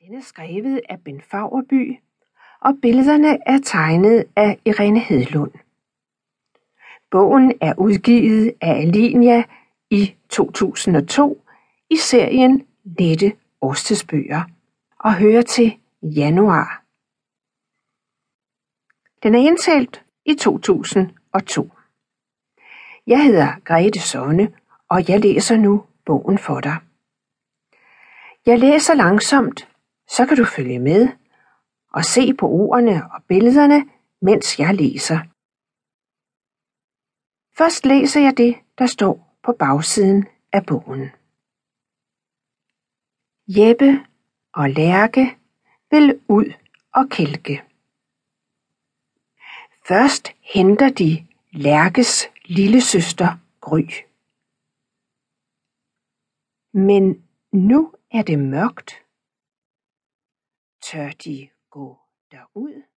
Den er skrevet af Bent Faurby, og billederne er tegnet af Irene Hedlund. Bogen er udgivet af Alinia i 2002 i serien Lette årstidsbøger og hører til januar. Den er indtalt i 2002. Jeg hedder Grete Sonne, og jeg læser nu bogen for dig. Jeg læser langsomt, så kan du følge med og se på ordene og billederne, mens jeg læser. Først læser jeg det, der står på bagsiden af bogen. Jeppe og Lærke vil ud og kælke. Først henter de Lærkes lillesøster Gry. Men nu er det mørkt. Tør de gå derud?